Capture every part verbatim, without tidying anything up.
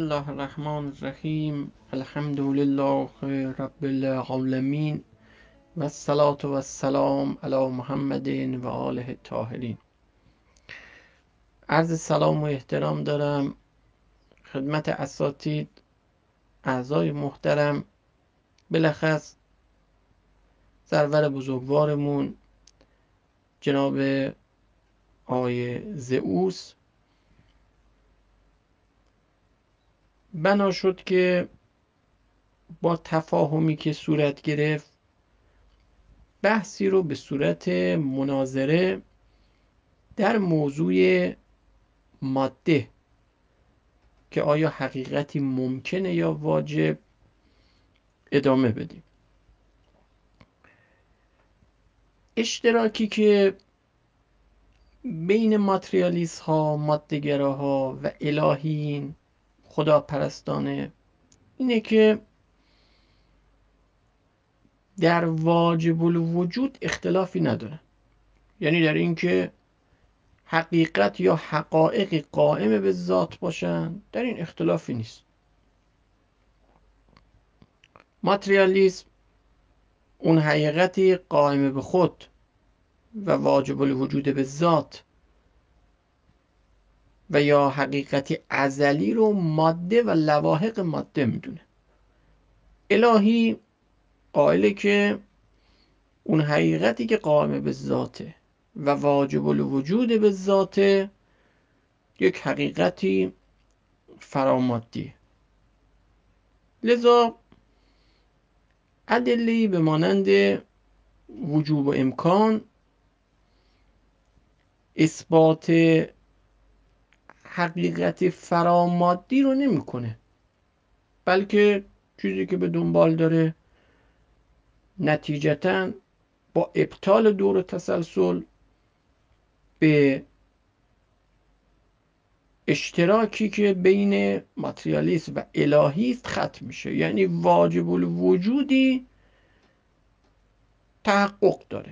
الله الرحمن الرحیم. الحمد لله رب العالمین و الصلاة و السلام علی محمد و آله الطاهرین. عرض سلام و احترام دارم خدمت اساتید، اعضای محترم، بلخص سرور بزرگوارمون جناب آقای زئوس. بنا شد که با تفاهمی که صورت گرفت بحثی رو به صورت مناظره در موضوع ماده که آیا حقیقتی ممکنه یا واجب ادامه بدیم. اشتراکی که بین ماتریالیست ها، ماده‌گراها و الهیین خداپرستانه اینه که در واجب الوجود اختلافی نداره، یعنی در اینکه حقیقت یا حقایق قائم به ذات باشن در این اختلافی نیست. ماتریالیسم اون حقیقتی قائم به خود و واجب الوجود به ذات و یا حقیقتی ازلی رو ماده و لواحق ماده میدونه. الهی قائله که اون حقیقتی که قائم به ذاته و واجب الوجود به ذاته یک حقیقتی فرامادی. لذا ادله‌ای به مانند وجوب و امکان اثبات حقیقت فرامادی رو نمیکنه، بلکه چیزی که به دنبال داره نتیجتاً با ابطال دور تسلسل به اشتراکی که بین ماتریالیسم و الهیست ختم میشه، یعنی واجب الوجودی تحقق داره.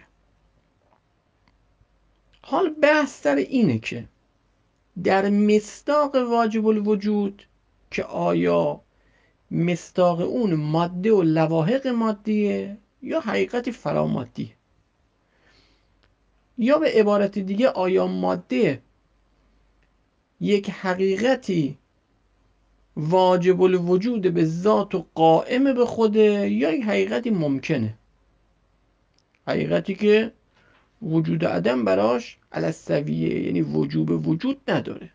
حال بحث سر اینه که در مصداق واجب الوجود که آیا مصداق اون ماده و لواحق مادیه یا حقیقتی فرامادیه، یا به عبارت دیگه آیا ماده یک حقیقتی واجب الوجود به ذات و قائم به خوده یا یک حقیقتی ممکنه، حقیقتی که وجود عدم براش علی السویه، یعنی وجوب وجود نداره.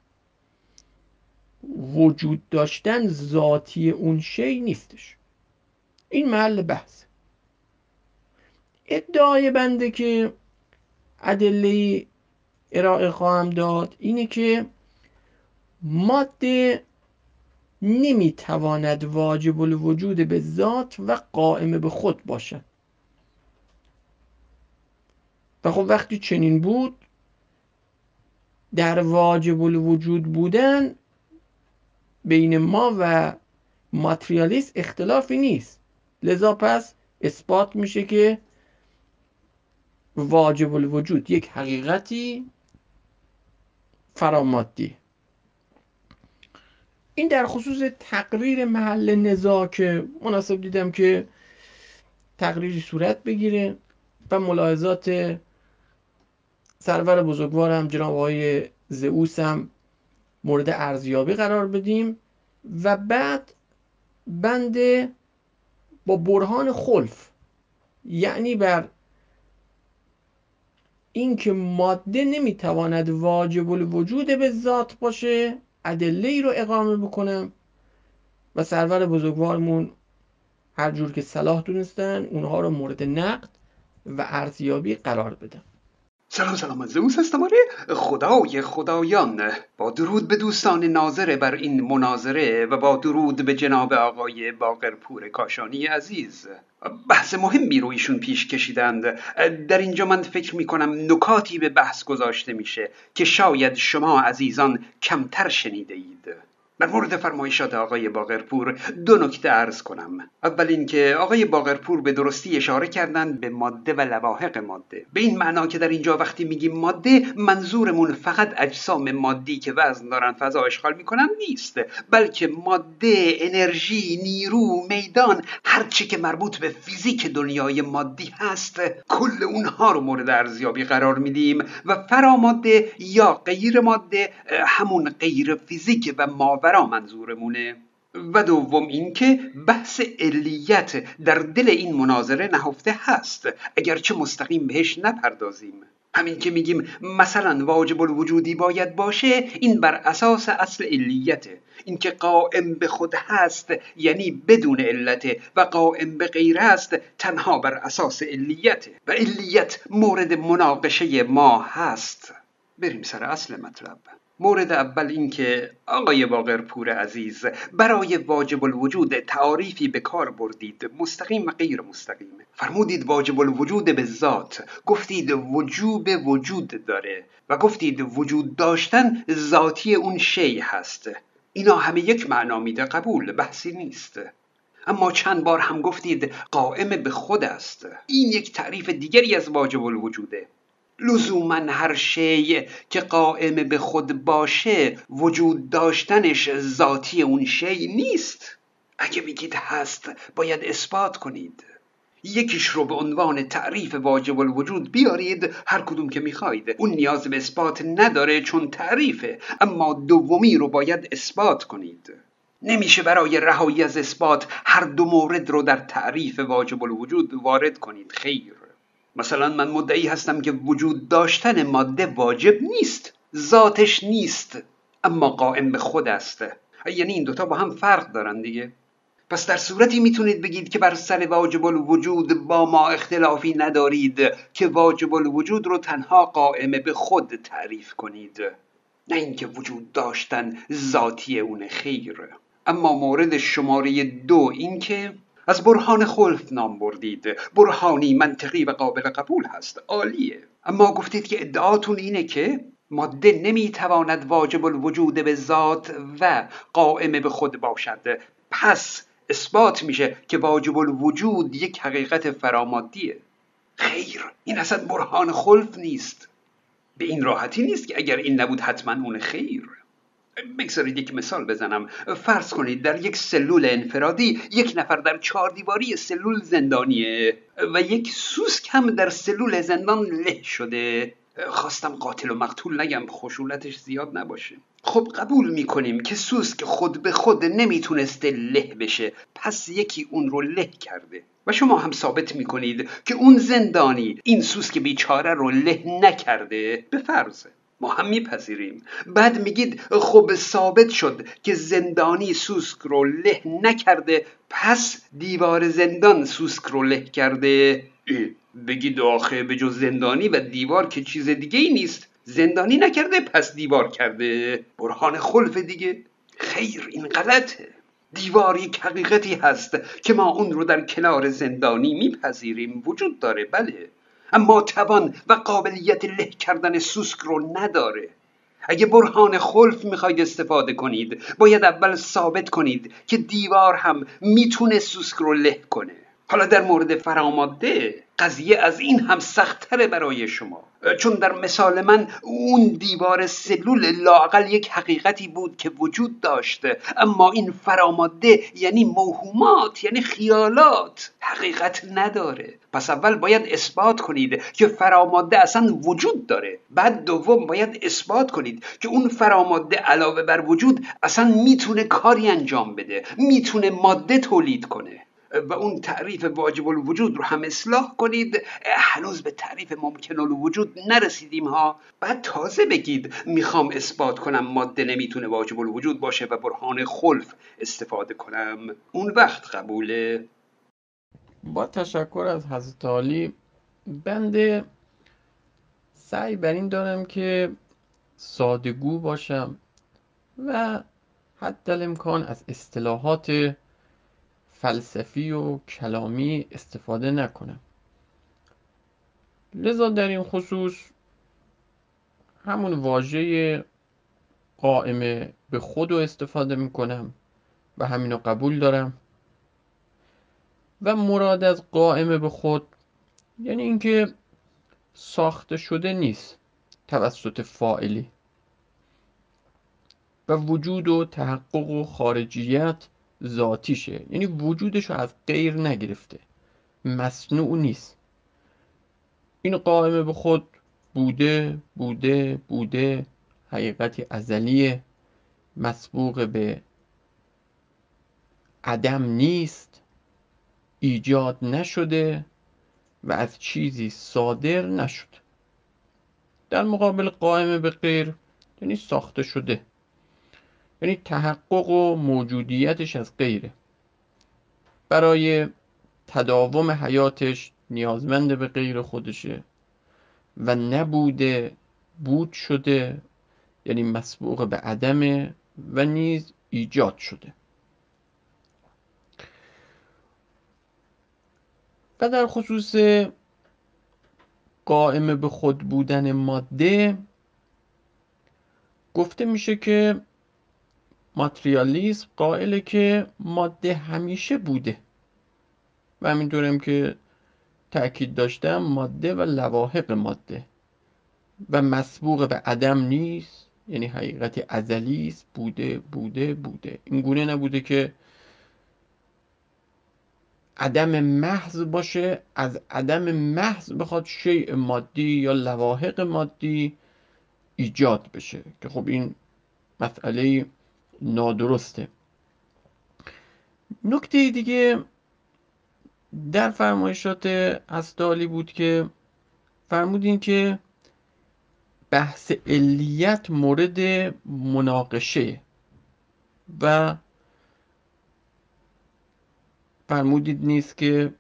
وجود داشتن ذاتی اون شی نیستش. این محل بحث. ادعای بنده که ادله ارائه خواهم داد اینه که ماده نمیتواند واجب الوجود به ذات و قائم به خود باشد و خب وقتی چنین بود در واجب الوجود بودن بین ما و ماتریالیست اختلافی نیست. لذا پس اثبات میشه که واجب الوجود یک حقیقتی فرامادی. این در خصوص تقریر محل نزاع که مناسب دیدم که تقریری صورت بگیره و ملاحظات سرور بزرگوارم جناب آقای زئوس هم مورد ارزیابی قرار بدیم و بعد بنده با برهان خلف، یعنی بر اینکه ماده نمیتواند واجب الوجود به ذات باشه ادله ای رو اقامه بکنم و سرور بزرگوارمون هر جور که صلاح دونستن اونها رو مورد نقد و ارزیابی قرار بدم. سلام سلام، از زئوس هستم. آره، خدای خدایان، با درود به دوستان ناظر بر این مناظره و با درود به جناب آقای باقرپور کاشانی عزیز. بحث مهمی رو ایشون پیش کشیدند. در اینجا من فکر می کنم نکاتی به بحث گذاشته میشه که شاید شما عزیزان کمتر شنیده اید. در مورد فرمایشات آقای باقرپور دو نکته عرض کنم. اول اینکه آقای باقرپور به درستی اشاره کردند به ماده و لواحق ماده، به این معنا که در اینجا وقتی میگیم ماده منظورمون فقط اجسام مادی که وزن دارن فضا اشغال میکنن نیست، بلکه ماده، انرژی، نیرو، میدان، هرچی که مربوط به فیزیک دنیای مادی هست کل اونها رو مورد ارزیابی قرار میدیم و فراماده یا غیر ماده همون غیر فیزیک و ماورا منظورمونه. و دوم اینکه بحث علیت در دل این مناظره نهفته هست اگرچه مستقیم بهش نپردازیم. همین که میگیم مثلا واجب الوجودی باید باشه، این بر اساس اصل علیته، اینکه قائم به خود هست یعنی بدون علت و قائم به غیر است تنها بر اساس علیته و علیت مورد مناقشه ما هست. بریم سر اصل مطلب. مورد اول این که آقای باقرپور عزیز برای واجب الوجود تعاریفی به کار بردید، مستقیم و غیر مستقیم. فرمودید واجب الوجود به ذات، گفتید وجوب وجود داره و گفتید وجود داشتن ذاتی اون شی هست. اینا همه یک معنا میده، قبول، بحثی نیست. اما چند بار هم گفتید قائم به خود است. این یک تعریف دیگری از واجب الوجوده. لزوما هر شی که قائم به خود باشه وجود داشتنش ذاتی اون شی نیست. اگه میگید هست باید اثبات کنید. یکیش رو به عنوان تعریف واجب الوجود بیارید، هر کدوم که میخواید، اون نیاز به اثبات نداره چون تعریفه، اما دومی رو باید اثبات کنید. نمیشه برای رهایی از اثبات هر دو مورد رو در تعریف واجب الوجود وارد کنید، خیر. مثلا من مدعی هستم که وجود داشتن ماده واجب نیست، ذاتش نیست، اما قائم به خود است. یعنی این دوتا با هم فرق دارن دیگه. پس در صورتی میتونید بگید که بر سر واجب الوجود با ما اختلافی ندارید که واجب الوجود رو تنها قائم به خود تعریف کنید، نه اینکه وجود داشتن ذاتی اون، خیر. اما مورد شماره دو این که از برهان خلف نام بردید. برهانی منطقی و قابل قبول هست، عالیه. اما گفتید که ادعاتون اینه که ماده نمیتواند واجب الوجود به ذات و قائم به خود باشد، پس اثبات میشه که واجب الوجود یک حقیقت فرامادیه. خیر، این اصلا برهان خلف نیست. به این راحتی نیست که اگر این نبود حتما اون، خیر. بگذارید یک مثال بزنم. فرض کنید در یک سلول انفرادی یک نفر در چهار دیواری سلول زندانیه و یک سوسک هم در سلول زندان له شده. خواستم قاتل و مقتول نگم، خشونتش زیاد نباشه. خب قبول میکنیم که سوسک خود به خود نمیتونسته له بشه، پس یکی اون رو له کرده و شما هم ثابت میکنید که اون زندانی این سوسک بیچاره رو له نکرده، به فرضه. ما هم میپذیریم. بعد میگید خب ثابت شد که زندانی سوسک رو له نکرده، پس دیوار زندان سوسک رو له کرده. بگید آخه به جز زندانی و دیوار که چیز دیگه ای نیست، زندانی نکرده پس دیوار کرده، برهان خلف دیگه. خیر، این غلطه. دیوار یک حقیقتی هست که ما اون رو در کنار زندانی میپذیریم، وجود داره، بله، اما توان و قابلیت له کردن سوسک رو نداره. اگه برهان خلف میخواید استفاده کنید باید اول ثابت کنید که دیوار هم میتونه سوسک رو له کنه. حالا در مورد فراماده قضیه از این هم سخت‌تره برای شما، چون در مثال من اون دیوار سلول لااقل یک حقیقتی بود که وجود داشته، اما این فراماده یعنی موهومات، یعنی خیالات، حقیقت نداره. پس اول باید اثبات کنید که فراماده اصلا وجود داره، بعد دوم باید اثبات کنید که اون فراماده علاوه بر وجود اصلا میتونه کاری انجام بده، میتونه ماده تولید کنه و اون تعریف واجب الوجود رو هم اصلاح کنید. هنوز به تعریف ممکن الوجود نرسیدیم ها. بعد تازه بگید میخوام اثبات کنم ماده نمیتونه واجب الوجود باشه و برهان خلف استفاده کنم، اون وقت قبوله. با تشکر از حضرت عالی، بنده سعی بر این دارم که ساده‌گو باشم و حتی الامکان از اصطلاحات فلسفی و کلامی استفاده نکنم. لذا در این خصوص همون واژه قائم به خود رو استفاده میکنم و همینو قبول دارم. و مراد از قائم به خود یعنی اینکه ساخته شده نیست توسط فاعلی و وجود و تحقق و خارجیت ذاتیشه، یعنی وجودش رو از غیر نگرفته، مصنوع نیست. این قائم به خود بوده بوده بوده، حقیقتی ازلیه، مسبوق به عدم نیست، ایجاد نشده و از چیزی صادر نشد. در مقابل قائم به غیر یعنی ساخته شده، یعنی تحقق و موجودیتش از غیره، برای تداوم حیاتش نیازمند به غیر خودشه و نبوده بود شده، یعنی مسبوق به عدمه و نیز ایجاد شده. و در خصوص قائم به خود بودن ماده گفته میشه که ماتریالیسم قائله که ماده همیشه بوده و همینطورم که تأکید داشتم ماده و لواحق ماده و مسبوق به عدم نیست، یعنی حقیقت ازلی است، بوده بوده بوده. این گونه نبوده که عدم محض باشه، از عدم محض بخواد شیء مادی یا لواحق مادی ایجاد بشه که خب این مسئله نادرسته. نکته دیگه در فرمایشات استالی بود که فرمودین که بحث علیت مورد مناقشه و فرمودید نیست که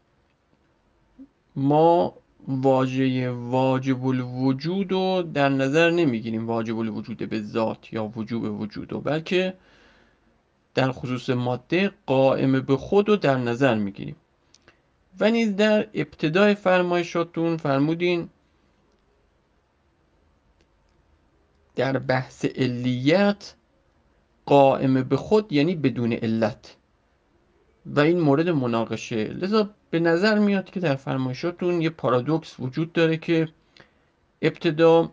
ما واژه واجب الوجود رو در نظر نمیگیریم، واجب الوجود به ذات یا وجوب وجود رو، بلکه در خصوص ماده قائم به خود رو در نظر میگیریم. و نیز در ابتدای فرمایشاتون فرمودین در بحث علیت قائم به خود یعنی بدون علت و این مورد مناقشه. لذا به نظر میاد که در فرمایشاتون یه پارادوکس وجود داره که ابتدا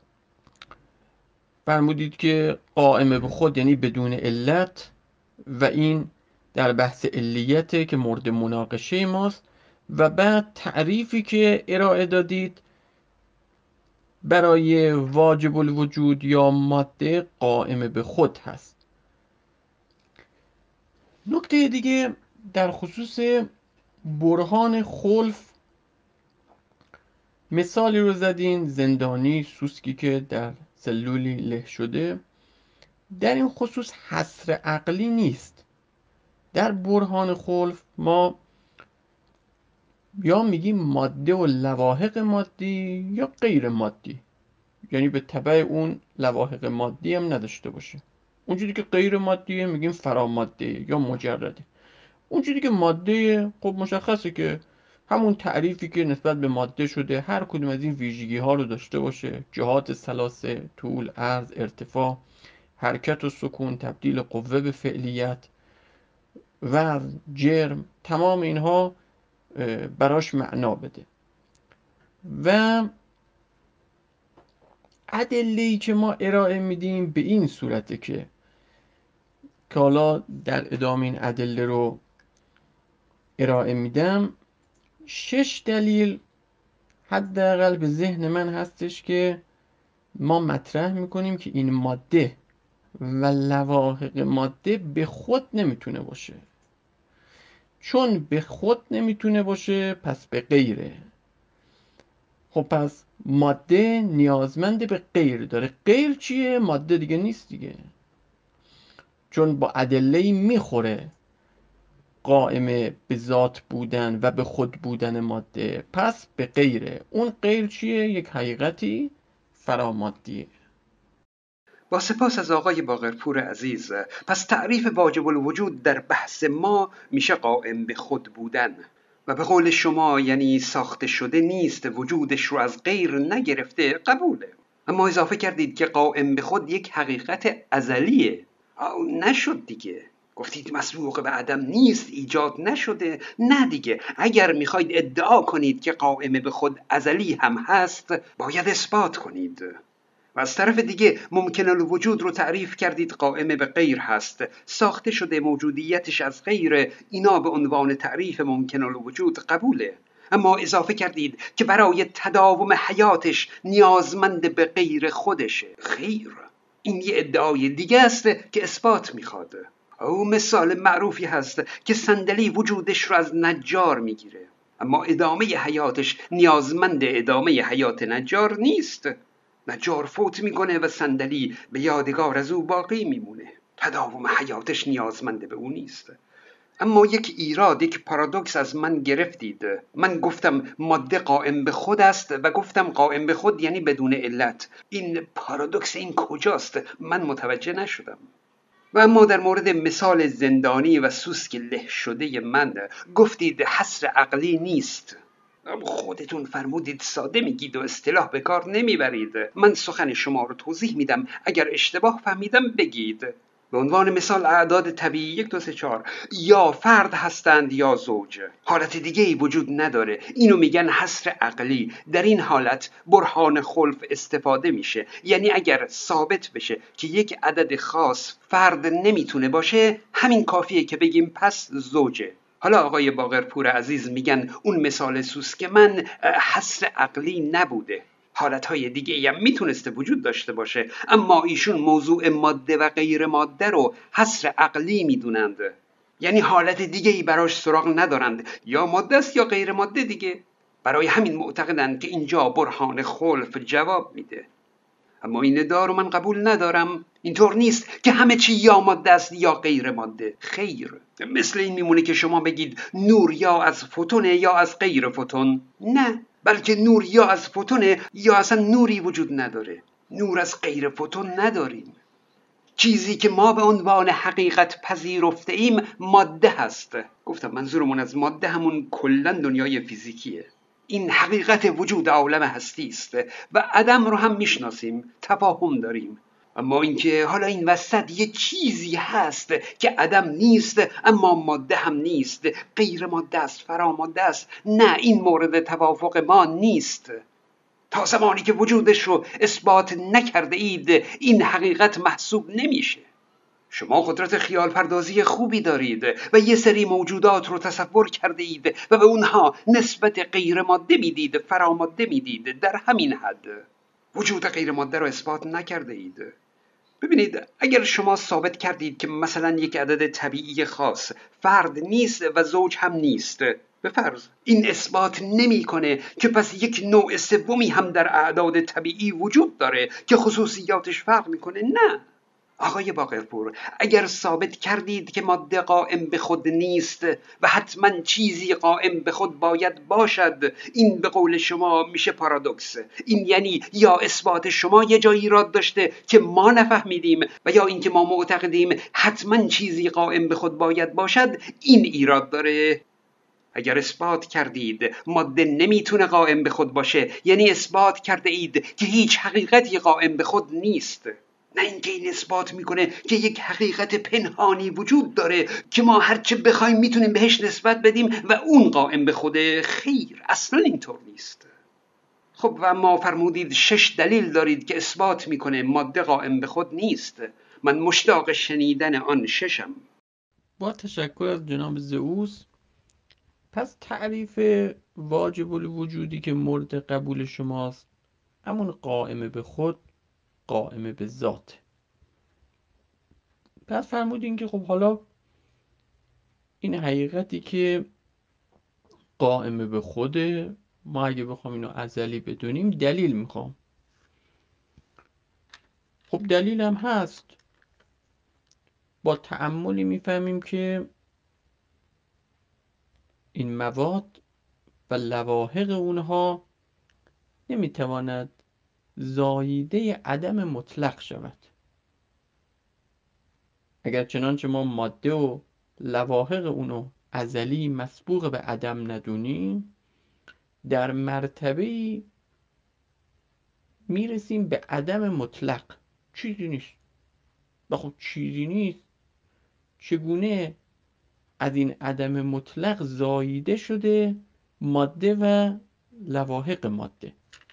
فرمودید که قائم به خود یعنی بدون علت و این در بحث علیته که مورد مناقشه ماست، و بعد تعریفی که ارائه دادید برای واجب الوجود یا ماده قائم به خود هست. نکته دیگه در خصوص برهان خلف مثالی رو زدین، زندانی سوسکی که در سلولی له شده. در این خصوص حصر عقلی نیست. در برهان خلف ما یا میگیم ماده و لواحق مادی یا غیر مادی، یعنی به تبع اون لواحق مادی هم نداشته باشه. اونجوری که غیر مادیه میگیم فراماده یا مجرده. اونجوری که ماده خب مشخصه که همون تعریفی که نسبت به ماده شده، هر کدوم از این ویژگی ها رو داشته باشه: جهات ثلاثه، طول، عرض، ارتفاع، حرکت و سکون، تبدیل قوه به فعلیت، وزن، جرم، تمام اینها براش معنا بده. و ادله‌ای که ما ارائه میدیم به این صورته که که حالا در ادامه این ادله رو ارائه میدم. شش دلیل حداقل به ذهن من هستش که ما مطرح میکنیم که این ماده و لواحق ماده به خود نمیتونه باشه. چون به خود نمیتونه باشه پس به غیره. خب پس ماده نیازمند به غیر داره. غیر چیه؟ ماده دیگه نیست دیگه، چون با ادله‌ای میخوره قائم به ذات بودن و به خود بودن ماده، پس به غیره. اون غیر چیه؟ یک حقیقتی فرامادیه. با سپاس از آقای باقرپور عزیز. پس تعریف واجب الوجود در بحث ما میشه قائم به خود بودن و به قول شما یعنی ساخته شده نیست، وجودش رو از غیر نگرفته، قبوله. اما اضافه کردید که قائم به خود یک حقیقت ازلیه آه نشد دیگه. گفتید مسبوق به عدم نیست، ایجاد نشده. نه دیگه، اگر میخواید ادعا کنید که قائم به خود ازلی هم هست باید اثبات کنید. و از طرف دیگه ممکن الوجود رو تعریف کردید قائم به غیر هست، ساخته شده، موجودیتش از غیر، اینا به عنوان تعریف ممکن الوجود قبوله. اما اضافه کردید که برای تداوم حیاتش نیازمند به غیر خودشه. خیر، این یه ادعای دیگه است که اثبات میخواد. او مثال معروفی هست که صندلی وجودش رو از نجار میگیره، اما ادامه حیاتش نیازمند ادامه حیات نجار نیست. نجار فوت میکنه و صندلی به یادگار از او باقی میمونه. تداوم حیاتش نیازمند به او نیست. اما یک ایراد، یک پارادوکس از من گرفتید. من گفتم ماده قائم به خود است و گفتم قائم به خود یعنی بدون علت. این پارادوکس این کجاست؟ من متوجه نشدم. و اما در مورد مثال زندانی و سوسک له شده من گفتید حصر عقلی نیست. خودتون فرمودید ساده میگید و اصطلاح به کار نمیبرید. من سخن شما رو توضیح میدم، اگر اشتباه فهمیدم بگید. به عنوان مثال اعداد طبیعی یک دو سه چهار یا فرد هستند یا زوج، حالت دیگه ای وجود نداره. اینو میگن حصر عقلی. در این حالت برهان خلف استفاده میشه، یعنی اگر ثابت بشه که یک عدد خاص فرد نمیتونه باشه، همین کافیه که بگیم پس زوجه. حالا آقای باقرپور عزیز میگن اون مثال سوسک من حصر عقلی نبوده، حالتهای دیگه هم میتونسته وجود داشته باشه، اما ایشون موضوع ماده و غیر ماده رو حصر عقلی میدونند، یعنی حالت دیگه ای براش سراغ ندارند، یا ماده است یا غیر ماده دیگه. برای همین معتقدند که اینجا برهان خلف جواب میده. اما این ادعا رو من قبول ندارم. اینطور نیست که همه چی یا ماده است یا غیر ماده. خیر، مثل این میمونه که شما بگید نور یا از فوتونه یا از غیر فوتون. نه، بلکه نور یا از فوتونه یا اصلا نوری وجود نداره. نور از غیر فوتون نداریم. چیزی که ما به عنوان حقیقت پذیرفته ایم ماده هست. گفتم منظورمون از ماده همون کلن دنیای فیزیکیه. این حقیقت وجود عالم هستی است و عدم رو هم میشناسیم، تفاهم داریم. اما اینکه حالا این وسط یه چیزی هست که عدم نیست اما ماده هم نیست، غیر ماده است، فراماده است، نه، این مورد توافق ما نیست. تا زمانی که وجودش رو اثبات نکرده اید این حقیقت محسوب نمیشه. شما قدرت خیال پردازی خوبی دارید و یه سری موجودات رو تصور کرده اید و به اونها نسبت غیر ماده میدید، فراماده میدید. در همین حد وجود غیر ماده رو اثبات نکرده اید. ببینید، اگر شما ثابت کردید که مثلا یک عدد طبیعی خاص فرد نیست و زوج هم نیست، به فرض، این اثبات نمیکنه که پس یک نوع سومی هم در اعداد طبیعی وجود داره که خصوصیاتش فرق میکنه. نه آقای باقرپور، اگر ثابت کردید که ماده قائم به خود نیست و حتما چیزی قائم به خود باید باشد، این به قول شما میشه پارادوکس. این یعنی یا اثبات شما یه جایی ایراد داشته که ما نفهمیدیم و یا اینکه ما معتقدیم حتما چیزی قائم به خود باید باشد، این ایراد داره. اگر اثبات کردید ماده نمیتونه قائم به خود باشه، یعنی اثبات کرده اید که هیچ حقیقتی قائم به خود نیست. نه اینکه این اثبات میکنه که یک حقیقت پنهانی وجود داره که ما هرچه بخوایم میتونیم بهش نسبت بدیم و اون قائم به خوده. خیر، اصلا اینطور نیست. خب و ما فرمودید شش دلیل دارید که اثبات میکنه ماده قائم به خود نیست. من مشتاق شنیدن آن ششم. با تشکر از جناب زئوس. پس تعریف واجب الوجودی که مورد قبول شماست همون قائم به خود، قائم به ذات. پس فرمودین که خب حالا این حقیقتی که قائم به خوده، ما اگه بخوام اینو ازلی بدونیم دلیل میخوام. خب دلیل هم هست. با تأملی میفهمیم که این مواد و لواحق اونها نمیتواند زاییده عدم مطلق شود. اگر چنانچه ما ماده و لواحق اونو ازلی مسبوق به عدم ندونیم، در مرتبه میرسیم به عدم مطلق، چیزی نیست. و خب چیزی نیست. چگونه از این عدم مطلق زاییده شده ماده و لواحق ماده.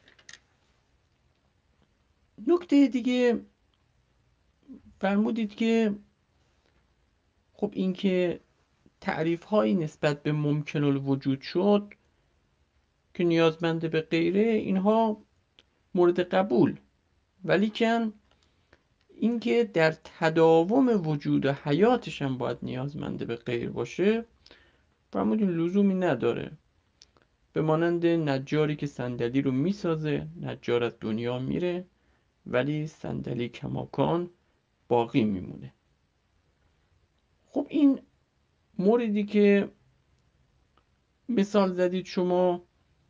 نکته دیگه فرمودید که خب این که تعریف هایی نسبت به ممکن الوجود شد که نیازمنده به غیره، اینها مورد قبول، ولیکن اینکه در تداوم وجود و حیاتش هم باید نیازمنده به غیر باشه، فرمودین لزومی نداره. به مانند نجاری که صندلی رو میسازه، نجار از دنیا میره ولی صندلی کماکان باقی میمونه. خب این موردی که مثال زدید شما،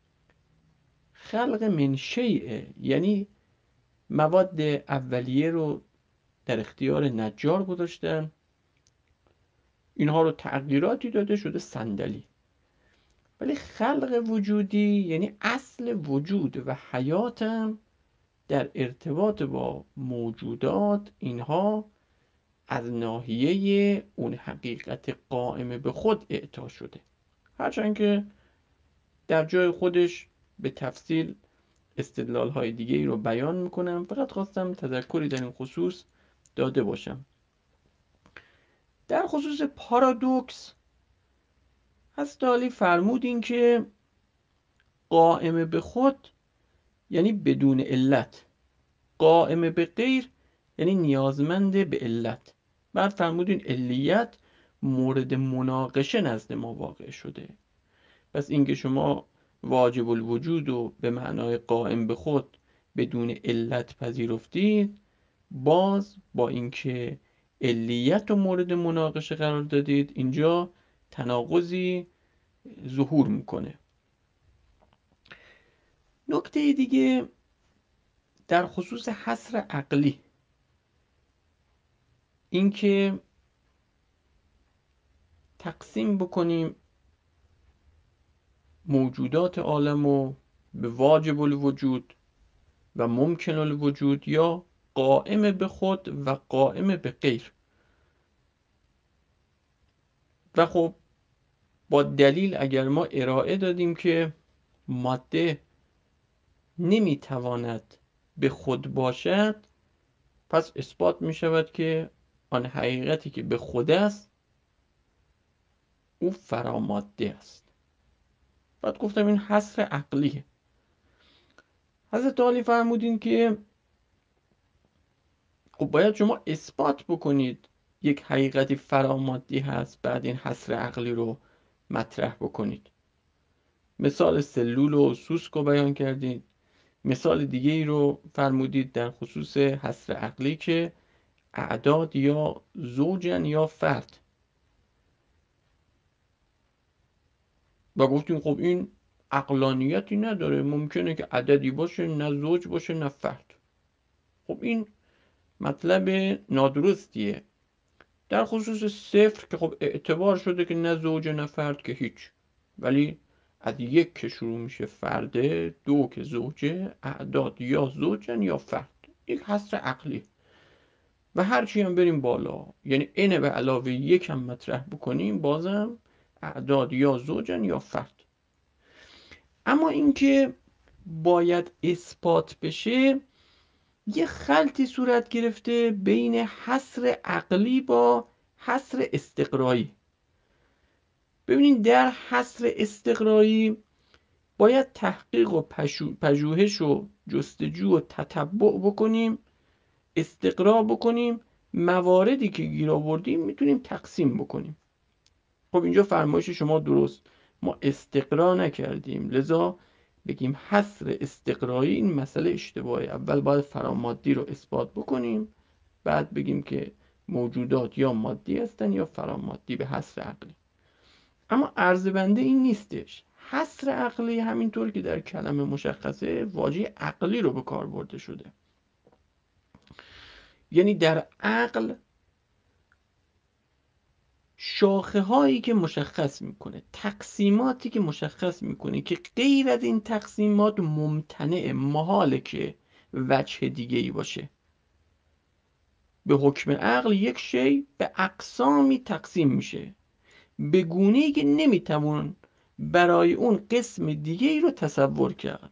خلق من شیء، یعنی مواد اولیه رو در اختیار نجار گذاشتن، اینها رو تغییراتی داده شده صندلی. ولی خلق وجودی یعنی اصل وجود و حیاتم در ارتباط با موجودات، اینها از ناحیه اون حقیقت قائم به خود اعطا شده، هرچند که در جای خودش به تفصیل استدلال های دیگه ای رو بیان میکنم. فقط خواستم تذکری در این خصوص داده باشم. در خصوص پارادوکس هستالی فرمودین که قائم به خود یعنی بدون علت، قائم به غیر یعنی نیازمند به علت. بعد فرمودین علیت مورد مناقشه نزد ما واقع شده. پس اینکه شما واجب الوجود رو به معنای قائم به خود بدون علت پذیرفتید، باز با اینکه علیت رو مورد مناقشه قرار دادید، اینجا تناقضی ظهور میکنه. نکته دیگه در خصوص حصر عقلی، اینکه تقسیم بکنیم موجودات عالم رو به واجب الوجود و ممکن الوجود یا قائم به خود و قائم به غیر. و خب با دلیل اگر ما ارائه دادیم که ماده نمیتواند به خود باشد، پس اثبات می شود که آن حقیقتی که به خود است او فراماده است. بعد گفتم این حصر عقلیه. حضرت عالی فرمودین که خب باید شما اثبات بکنید یک حقیقتی فرامادی هست، بعد این حصر عقلی رو مطرح بکنید. مثال سلول و سوسک رو بیان کردید. مثال دیگه ای رو فرمودید در خصوص حصر عقلی که اعداد یا زوجن یا فرد، و گفتیم خب این عقلانیتی نداره، ممکنه که عددی باشه نه زوج باشه نه فرد. خب این مطلب نادرستیه. در خصوص صفر که خب اعتبار شده که نه زوج نه فرد که هیچ، ولی از یک که شروع میشه فرده، دو که زوجه، اعداد یا زوجن یا فرد، یک حصر عقلی. و هرچی هم بریم بالا، یعنی اینه به علاوه یک هم مطرح بکنیم، بازم اعداد یا زوجن یا فرد. اما اینکه باید اثبات بشه، یه خلطی صورت گرفته بین حصر عقلی با حصر استقرایی. ببینید در حصر استقرایی باید تحقیق و پژوهش و جستجو و تتبع بکنیم، استقرا بکنیم، مواردی که گیر آوردیم میتونیم تقسیم بکنیم. خب اینجا فرمایش شما درست، ما استقرا نکردیم، لذا بگیم حصر استقرایی این مسئله اشتباهه. اول باید فرامادی رو اثبات بکنیم، بعد بگیم که موجودات یا مادی هستن یا فرامادی به حصر عقلی. اما عرض بنده این نیستش. حصر عقلی همینطور که در کلمه مشخصه واژه عقلی رو به کار برده شده، یعنی در عقل شاخه هایی که مشخص میکنه، تقسیماتی که مشخص میکنه که غیر از این تقسیمات ممتنع، محاله که وجه دیگه ای باشه. به حکم عقل یک شی به اقسامی تقسیم میشه به گونه‌ای که نمیتوان برای اون قسم دیگه ای رو تصور کرد.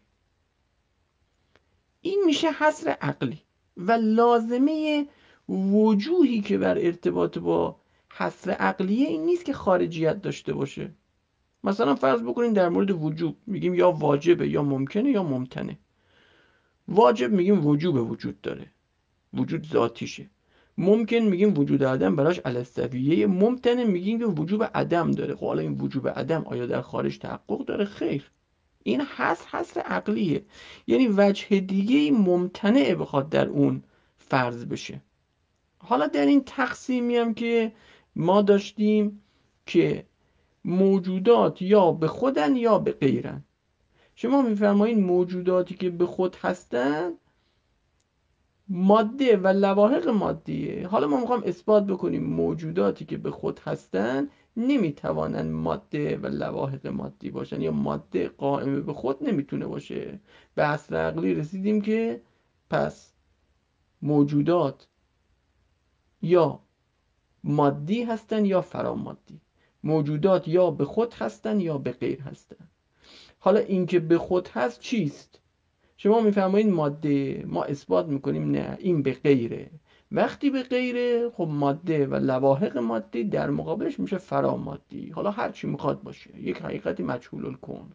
این میشه حصر عقلی و لازمه وجوهی که بر ارتباط با حصر عقلیه این نیست که خارجیت داشته باشه. مثلا فرض بکنین در مورد وجوب میگیم یا واجبه یا ممکنه یا ممتنه. واجب میگیم وجوب وجود داره، وجود ذاتیشه. ممکن میگیم وجود عدم براش الستویه. ممتنه میگیم که وجوب عدم داره. خب حالا این وجوب عدم آیا در خارج تحقق داره؟ خیر. این حصر حصر عقلیه، یعنی وجه دیگه ممتنعه بخواد در اون فرض بشه. حالا در این تقسیمی هم که ما داشتیم که موجودات یا به خودن یا به غیرن، شما میفرمایید موجوداتی که به خود هستن ماده و لواحق مادیه. حالا ما میخوام اثبات بکنیم موجوداتی که به خود هستن نمیتوانن ماده و لواحق مادی باشن، یا ماده قائمه به خود نمیتونه باشه. به اصل عقلی رسیدیم که پس موجودات یا مادی هستن یا فرامادی. موجودات یا به خود هستن یا به غیر هستن. حالا این که به خود هست چیست؟ شما میفرمایید ماده، ما اثبات میکنیم نه، این به غیره. وقتی به غیره خب ماده و لواحق مادی در مقابلش میشه فرامادی. حالا هر چی میخواد باشه، یک حقیقتی مجهول الکون.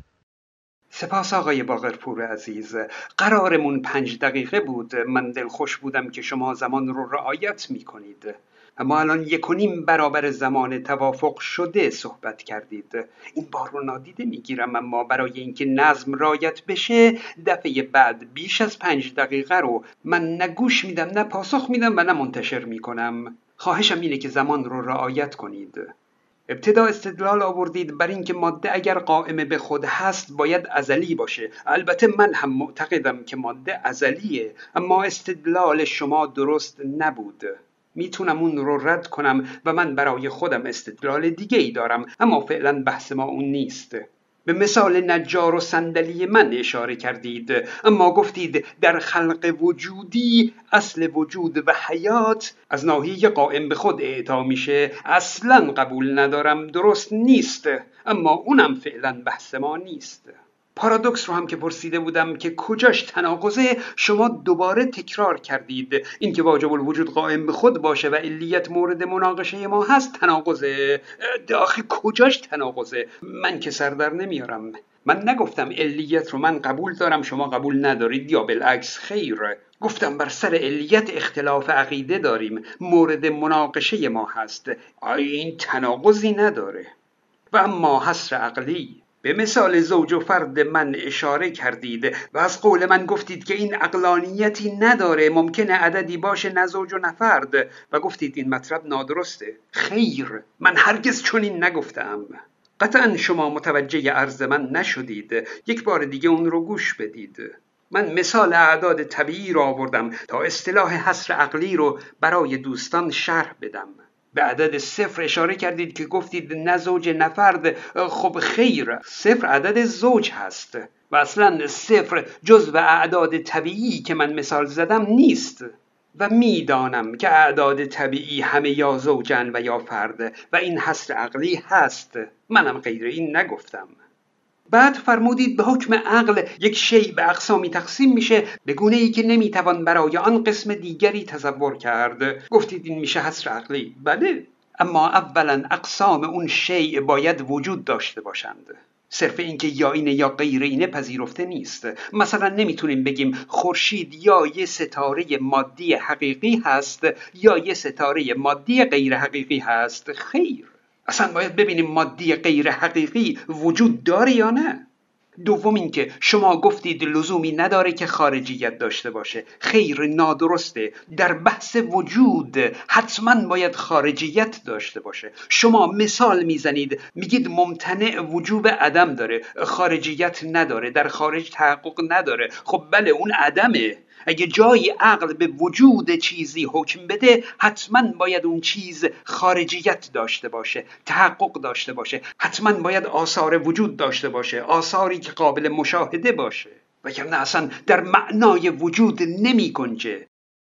سپاس آقای باقرپور عزیز. قرارمون پنج دقیقه بود. من دلخوش بودم که شما زمان رو رعایت میکنید، اما الان یک و نیم برابر زمان توافق شده صحبت کردید. این بار رو نادیده میگیرم، اما برای اینکه نظم رعایت بشه دفعه بعد بیش از پنج دقیقه رو من نه گوش میدم نه پاسخ میدم و نه منتشر میکنم. خواهشم اینه که زمان رو رعایت کنید. ابتدا استدلال آوردید بر اینکه ماده اگر قائمه به خود هست باید ازلی باشه. البته من هم معتقدم که ماده ازلیه، اما استدلال شما درست نبود. میتونم اون رو رد کنم و من برای خودم استدلال دیگه ای دارم، اما فعلا بحث ما اون نیست. به مثال نجار و صندلی من اشاره کردید، اما گفتید در خلق وجودی اصل وجود و حیات از ناحیه قائم به خود اعطا میشه. اصلا قبول ندارم، درست نیست، اما اونم فعلا بحث ما نیست. پارادوکس رو هم که پرسیده بودم که کجاش تناقضه، شما دوباره تکرار کردید. این که واجب الوجود قائم به خود باشه و علیت مورد مناقشه ما هست تناقضه. آخه کجاش تناقضه؟ من که سر در نمیارم. من نگفتم علیت رو من قبول دارم شما قبول ندارید یا بالعکس. خیر، گفتم بر سر علیت اختلاف عقیده داریم، مورد مناقشه ما هست. این تناقضی نداره. و اما حصر عقلی، به مثال زوج و فرد من اشاره کردید و از قول من گفتید که این عقلانیتی نداره، ممکنه عددی باشه نه زوج و نه فرد، و گفتید این مطلب نادرسته. خیر، من هرگز چنین نگفتم. قطعا شما متوجه عرض من نشدید. یک بار دیگه اون رو گوش بدید. من مثال اعداد طبیعی رو آوردم تا اصطلاح حصر عقلی رو برای دوستان شرح بدم. به عدد صفر اشاره کردید که گفتید نه زوج نه فرد. خب خیر، صفر عدد زوج هست و اصلا صفر جزو اعداد طبیعی که من مثال زدم نیست. و میدانم که اعداد طبیعی همه یا زوجن و یا فرد و این حصر عقلی هست. منم غیر این نگفتم. بعد فرمودید به حکم عقل یک شیء به اقسامی تقسیم میشه به گونه‌ای که نمیتوان برای آن قسم دیگری تصور کرد. گفتید این میشه حصر عقلی. بله، اما اولا اقسام اون شیء باید وجود داشته باشند. صرف اینکه یا اینه یا غیر اینه پذیرفته نیست. مثلا نمیتونیم بگیم خورشید یا یه ستاره مادی حقیقی هست یا یه ستاره مادی غیر حقیقی هست. خیر، اصلا باید ببینیم مادی غیر حقیقی وجود داره یا نه. دوم اینکه شما گفتید لزومی نداره که خارجیت داشته باشه. خیر، نادرسته. در بحث وجود حتما باید خارجیت داشته باشه. شما مثال میزنید میگید ممتنع وجوب عدم داره، خارجیت نداره، در خارج تحقق نداره. خب بله، اون عدمه. اگه جای عقل به وجود چیزی حکم بده حتما باید اون چیز خارجیت داشته باشه، تحقق داشته باشه. حتما باید آثار وجود داشته باشه، آثاری که قابل مشاهده باشه، وگرنه اصلا در معنای وجود نمی گنجه.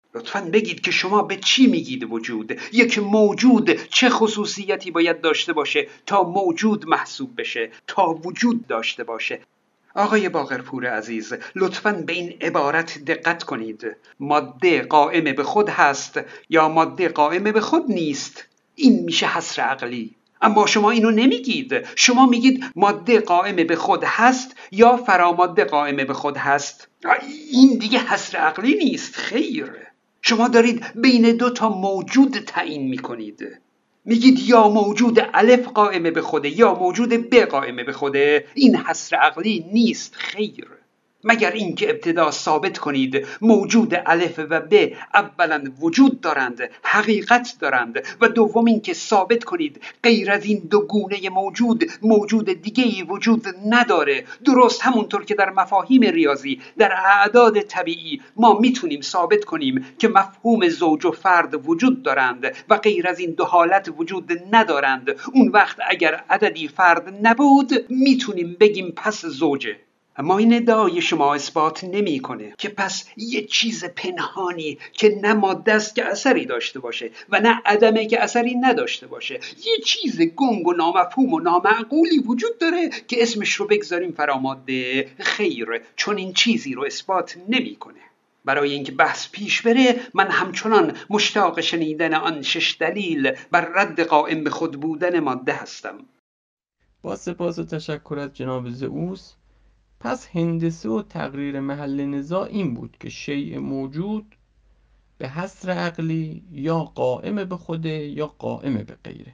لطفاً بگید که شما به چی میگید وجود؟ یک موجود چه خصوصیتی باید داشته باشه تا موجود محسوب بشه، تا وجود داشته باشه؟ آقای باقرپور عزیز، لطفاً به این عبارت دقت کنید. ماده قائم به خود هست یا ماده قائم به خود نیست. این میشه حصر عقلی. اما شما اینو نمیگید. شما میگید ماده قائم به خود هست یا فراماده قائم به خود هست. این دیگه حصر عقلی نیست. خیر، شما دارید بین دو تا موجود تعیین میکنید. میگید یا موجود الف قائم به خوده یا موجود ب قائم به خوده. این حصر عقلی نیست. خیر، مگر اینکه ابتدا ثابت کنید موجود الف و ب اولا وجود دارند، حقیقت دارند، و دوم اینکه ثابت کنید غیر از این دو گونه موجود موجود دیگه‌ای وجود نداره. درست همونطور که در مفاهیم ریاضی، در اعداد طبیعی ما میتونیم ثابت کنیم که مفهوم زوج و فرد وجود دارند و غیر از این دو حالت وجود ندارند. اون وقت اگر عددی فرد نبود میتونیم بگیم پس زوجه. اما این ادعای شما اثبات نمی‌کنه که پس یه چیز پنهانی که نه ماده است که اثری داشته باشه و نه عدمه که اثری نداشته باشه، یه چیز گنگ و نامفهوم و نامعقولی وجود داره که اسمش رو بگذاریم فراماده. خیر، چون این چیزی رو اثبات نمی‌کنه. برای اینکه بحث پیش بره، من همچنان مشتاق شنیدن آن شش دلیل بر رد قائم به خود بودن ماده هستم. با سپاس و تشکر از جناب زئوس. پس هندسه و تقریر محل نزاع این بود که شیء موجود به حصر عقلی یا قائم به خوده یا قائم به غیره.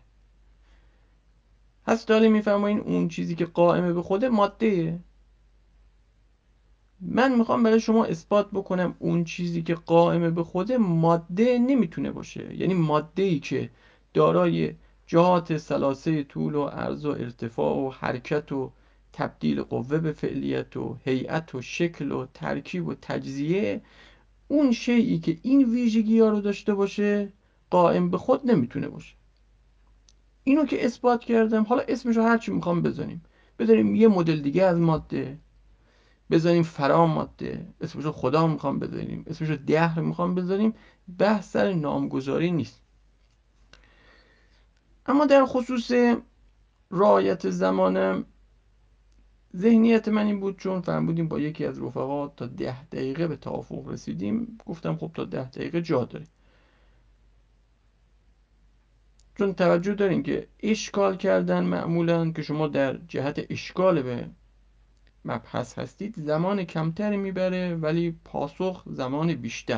هست داره میفرمایین اون چیزی که قائم به خوده مادهه. من میخوام برای شما اثبات بکنم اون چیزی که قائم به خوده ماده نمیتونه باشه. یعنی ماده‌ای که دارای جهات ثلاثه طول و عرض و ارتفاع و حرکت و تبدیل قوه به فعلیت و هیئت و شکل و ترکیب و تجزیه، اون شیئی که این ویژگی ها رو داشته باشه قائم به خود نمیتونه باشه. اینو که اثبات کردم، حالا اسمش رو هرچی میخوام بزنیم. بذاریم یه مدل دیگه از ماده، بذاریم فرام ماده، اسمش رو خدا میخوام بذاریم، اسمش رو دهر میخوام بذاریم، بحث سر نامگذاری نیست. اما در خصوص رعایت زمانم، ذهنیت من این بود، چون فرمودیم با یکی از رفقا تا ده دقیقه به توافق رسیدیم، گفتم خب تا ده دقیقه جا داره. چون توجه دارین که اشکال کردن معمولا که شما در جهت اشکال به مبحث هستید زمان کمتری میبره ولی پاسخ زمان بیشتر.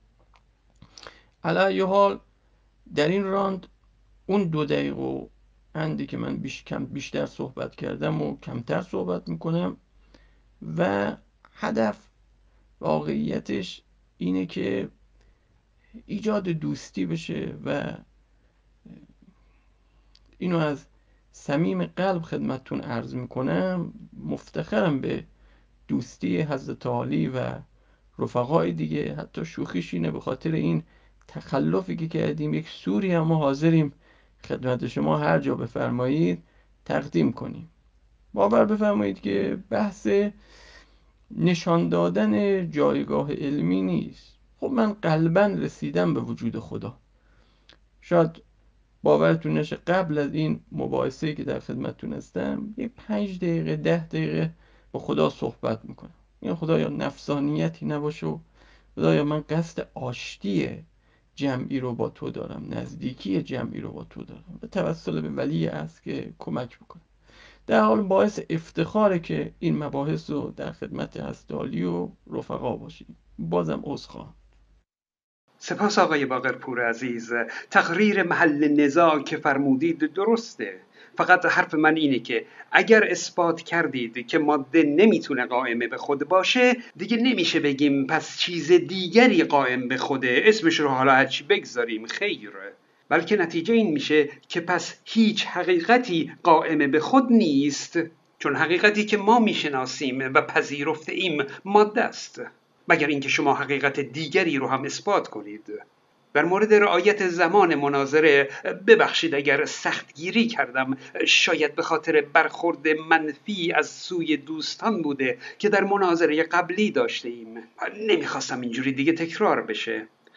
علی ای حال در این راند اون دو دقیقه و اندی که من بیش کم بیشتر صحبت کردم و کمتر صحبت میکنم و هدف واقعیتش اینه که ایجاد دوستی بشه و اینو از صمیم قلب خدمتتون عرض میکنم. مفتخرم به دوستی حضرت عالی و رفقای دیگه. حتی شوخیش اینه، به خاطر این تخلفی که کردیم یک سوری هم ما حاضریم خدمت شما هر جا بفرمایید تقدیم کنیم. باور بفرمایید که بحث نشان دادن جایگاه علمی نیست. خب من قلباً رسیدم به وجود خدا. شاید باورتون نشه قبل از این مباحثه‌ای که در خدمتتون هستم یه پنج دقیقه ده دقیقه با خدا صحبت میکنم. این خدایا نفسانیتی نباشه و خدایا من قصد آشتی جمعی رو با تو دارم، نزدیکی جمعی رو با تو دارم، به توسل به ولی است که کمک بکنه. در حال باعث افتخاره که این مباحث رو در خدمت هستالی و رفقا باشیم. بازم عذرخواهم. سپاس آقای باقرپور عزیز. تقریر محل نزاع که فرمودید درسته، فقط حرف من اینه که اگر اثبات کردید که ماده نمیتونه قائم به خود باشه، دیگه نمیشه بگیم پس چیز دیگری قائم به خوده، اسمش رو حالا هرچی بگذاریم. خیر، بلکه نتیجه این میشه که پس هیچ حقیقتی قائم به خود نیست، چون حقیقتی که ما میشناسیم و پذیرفته ایم ماده است، مگر اینکه شما حقیقت دیگری رو هم اثبات کنید. در مورد رعایت زمان مناظره ببخشید اگر سختگیری کردم، شاید به خاطر برخورد منفی از سوی دوستان بوده که در مناظره قبلی داشته ایم. نمیخواستم اینجوری دیگه تکرار بشه.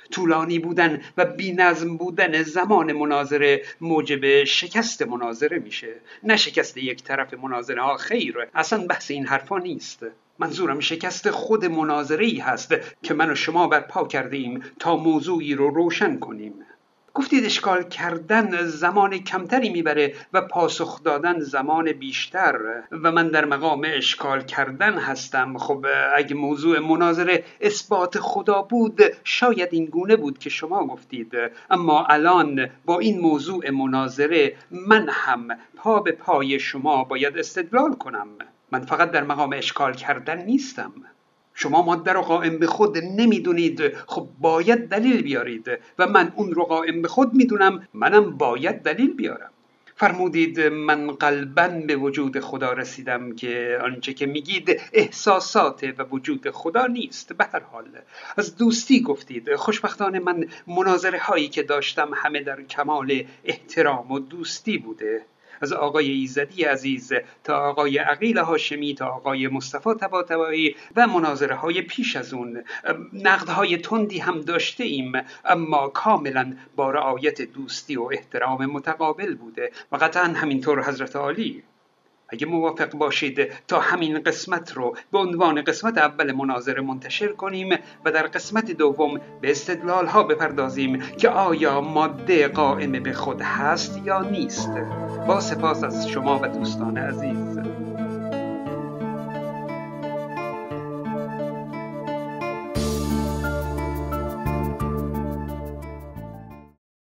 طولانی بودن و بی‌نظم بودن زمان مناظره موجب شکست مناظره میشه، نه شکست یک طرف مناظره ها. خیر، اصلا بحث این حرفا نیست. منظورم شکست خود مناظره‌ای هست که من و شما برپا کرده ایم تا موضوعی رو روشن کنیم. گفتید اشکال کردن زمان کمتری میبره و پاسخ دادن زمان بیشتر و من در مقام اشکال کردن هستم. خب اگه موضوع مناظره اثبات خدا بود شاید این گونه بود که شما گفتید، اما الان با این موضوع مناظره من هم پا به پای شما باید استدلال کنم. من فقط در مقام اشکال کردن نیستم. شما ماده رو قائم به خود نمیدونید، خب باید دلیل بیارید و من اون رو قائم به خود میدونم، منم باید دلیل بیارم. فرمودید من قلباً به وجود خدا رسیدم که آنچه که میگید احساسات و وجود خدا نیست. به هر حال از دوستی گفتید. خوشبختانه من مناظره هایی که داشتم همه در کمال احترام و دوستی بوده، از آقای ایزدی عزیز تا آقای عقیل هاشمی تا آقای مصطفی طباطبایی و مناظره های پیش از اون. نقدهای تندی هم داشته ایم، اما کاملا با رعایت دوستی و احترام متقابل بوده و قطعا همینطور حضرت عالی. اگه موافق باشید تا همین قسمت رو به عنوان قسمت اول مناظره منتشر کنیم و در قسمت دوم به استدلال ها بپردازیم که آیا ماده قائم به خود هست یا نیست. با سپاس از شما و دوستان عزیز.